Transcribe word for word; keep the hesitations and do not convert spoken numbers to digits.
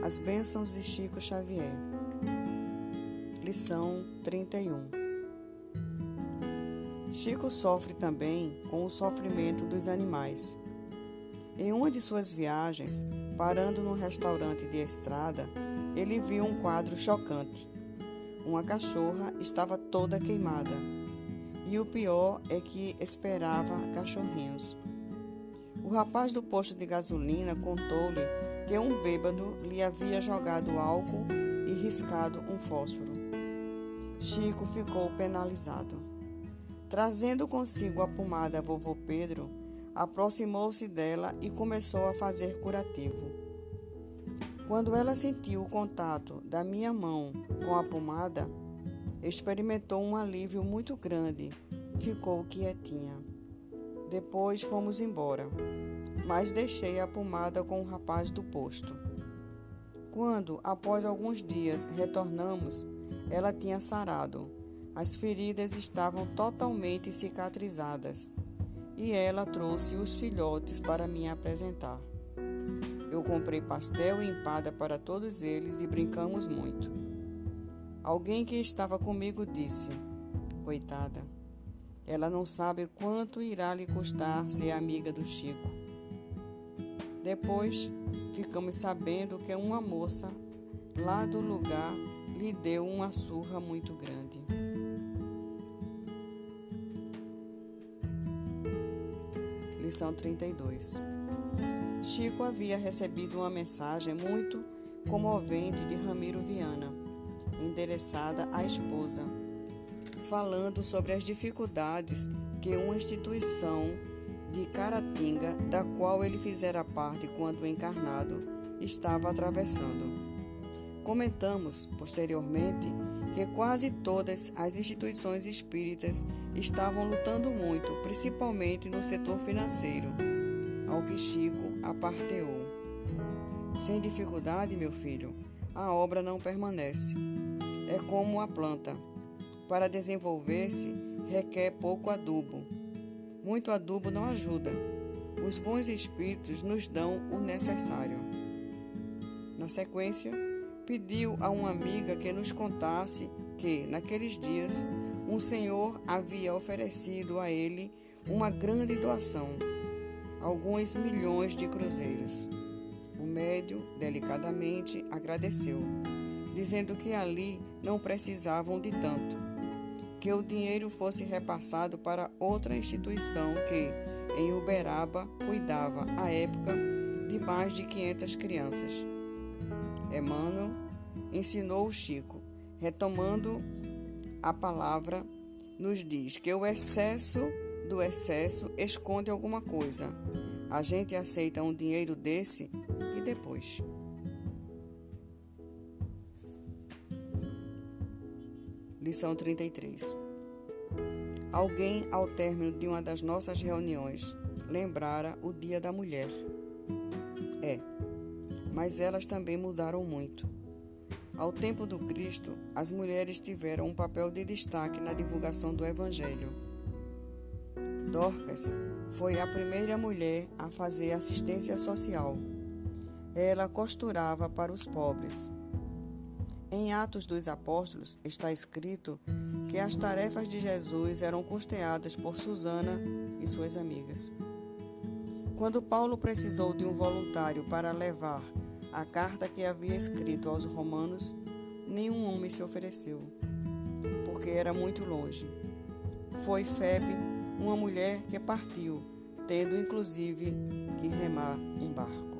As bênçãos de Chico Xavier. Lição trinta e um. Chico sofre também com o sofrimento dos animais. Em uma de suas viagens, parando num restaurante de estrada, ele viu um quadro chocante. Uma cachorra estava toda queimada. E o pior é que esperava cachorrinhos. O rapaz do posto de gasolina contou-lhe que um bêbado lhe havia jogado álcool e riscado um fósforo. Chico ficou penalizado. Trazendo consigo a pomada vovô Pedro, aproximou-se dela e começou a fazer curativo. Quando ela sentiu o contato da minha mão com a pomada, experimentou um alívio muito grande, ficou quietinha. Depois fomos embora, mas deixei a pomada com o rapaz do posto. Quando, após alguns dias, retornamos, ela tinha sarado. As feridas estavam totalmente cicatrizadas e ela trouxe os filhotes para me apresentar. Eu comprei pastel e empada para todos eles e brincamos muito. Alguém que estava comigo disse: coitada, ela não sabe quanto irá lhe custar ser amiga do Chico. Depois, ficamos sabendo que uma moça lá do lugar lhe deu uma surra muito grande. Lição trinta e dois. Chico havia recebido uma mensagem muito comovente de Ramiro Viana, endereçada à esposa, falando sobre as dificuldades que uma instituição de Caratinga, da qual ele fizera parte quando encarnado, estava atravessando. Comentamos, posteriormente, que quase todas as instituições espíritas estavam lutando muito, principalmente no setor financeiro, ao que Chico aparteou. Sem dificuldade, meu filho, a obra não permanece. É como a planta. Para desenvolver-se, requer pouco adubo. Muito adubo não ajuda. Os bons espíritos nos dão o necessário. Na sequência, pediu a uma amiga que nos contasse que, naqueles dias, um senhor havia oferecido a ele uma grande doação, alguns milhões de cruzeiros. O médium, delicadamente, agradeceu, dizendo que ali não precisavam de tanto, que o dinheiro fosse repassado para outra instituição que, em Uberaba, cuidava, à época, de mais de quinhentas crianças. Emmanuel ensinou o Chico, retomando a palavra, nos diz que o excesso do excesso esconde alguma coisa. A gente aceita um dinheiro desse e depois. Lição trinta e três. Alguém, ao término de uma das nossas reuniões, lembrara o Dia da Mulher. É, mas elas também mudaram muito. Ao tempo do Cristo, as mulheres tiveram um papel de destaque na divulgação do Evangelho. Dorcas foi a primeira mulher a fazer assistência social. Ela costurava para os pobres. Em Atos dos Apóstolos está escrito que as tarefas de Jesus eram custeadas por Susana e suas amigas. Quando Paulo precisou de um voluntário para levar a carta que havia escrito aos romanos, nenhum homem se ofereceu, porque era muito longe. Foi Febe, uma mulher que partiu, tendo inclusive que remar um barco.